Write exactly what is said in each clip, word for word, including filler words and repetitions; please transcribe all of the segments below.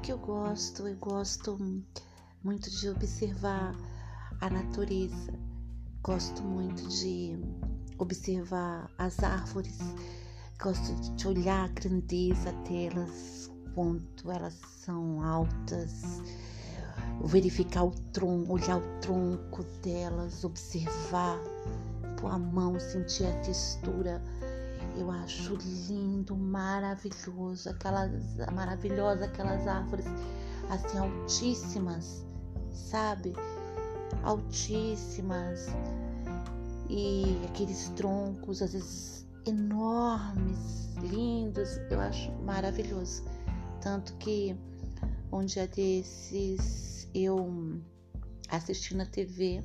que eu gosto? Eu gosto muito de observar a natureza. Gosto muito de observar as árvores. Gosto de olhar a grandeza delas, quanto elas são altas. Verificar o tronco, olhar o tronco delas, observar, pôr a mão, sentir a textura. Eu acho lindo, maravilhoso, aquelas maravilhosas aquelas árvores assim altíssimas, sabe? Altíssimas e aqueles troncos às vezes enormes, lindos. Eu acho maravilhoso, tanto que um dia desses eu assisti na T V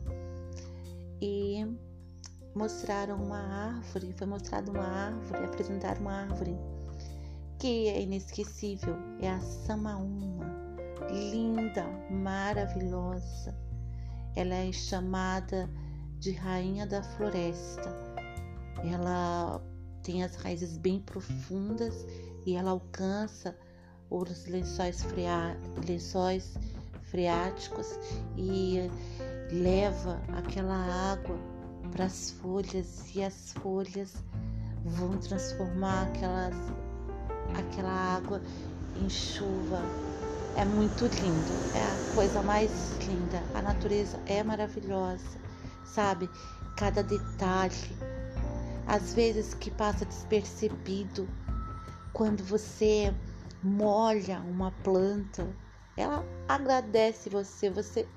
e mostraram uma árvore, foi mostrada uma árvore, apresentaram uma árvore que é inesquecível, é a samaúma, linda, maravilhosa. Ela é chamada de rainha da floresta. Ela tem as raízes bem profundas e ela alcança os lençóis, frea... lençóis freáticos e leva aquela água para as folhas, e as folhas vão transformar aquelas, aquela água em chuva. É muito lindo, é a coisa mais linda. A natureza é maravilhosa, sabe? Cada detalhe, às vezes que passa despercebido, quando você molha uma planta, ela agradece você, você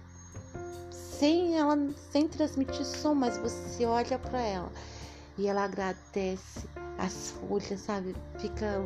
sem ela, sem transmitir som, mas você olha para ela e ela agradece. As folhas, sabe, ficam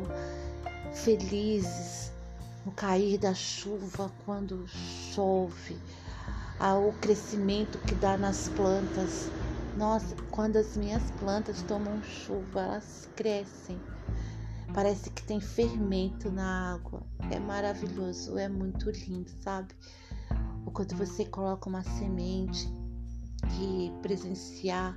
felizes no cair da chuva, quando chove, o crescimento que dá nas plantas. Nossa, quando as minhas plantas tomam chuva, elas crescem, parece que tem fermento na água. É maravilhoso, é muito lindo, sabe? Ou quando você coloca uma semente e presenciar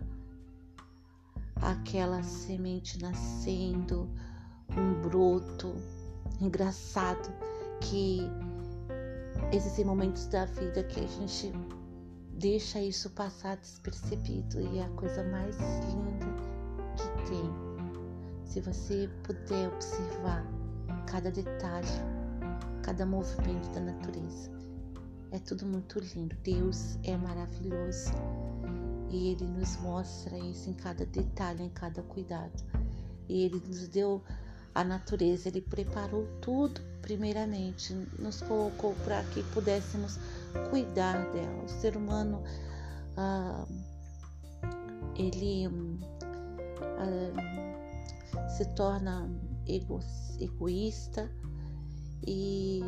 aquela semente nascendo, um broto. Engraçado que existem momentos da vida que a gente deixa isso passar despercebido, e é a coisa mais linda que tem. Se você puder observar cada detalhe, cada movimento da natureza, é tudo muito lindo. Deus é maravilhoso e Ele nos mostra isso em cada detalhe, em cada cuidado. E Ele nos deu a natureza, Ele preparou tudo primeiramente, nos colocou para que pudéssemos cuidar dela. O ser humano, ah, ele ah, se torna ego, egoísta e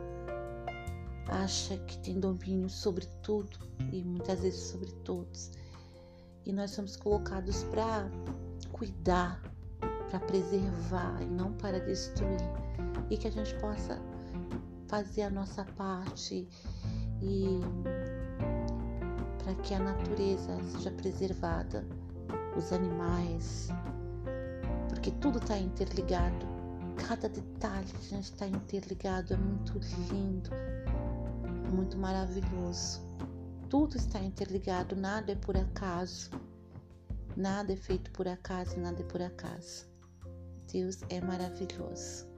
acha que tem domínio sobre tudo e muitas vezes sobre todos. E nós somos colocados para cuidar, para preservar e não para destruir. E que a gente possa fazer a nossa parte e para que a natureza seja preservada, os animais, porque tudo está interligado. Cada detalhe, a gente está interligado, é muito lindo, muito maravilhoso. Tudo está interligado, nada é por acaso, nada é feito por acaso, nada é por acaso. Deus é maravilhoso.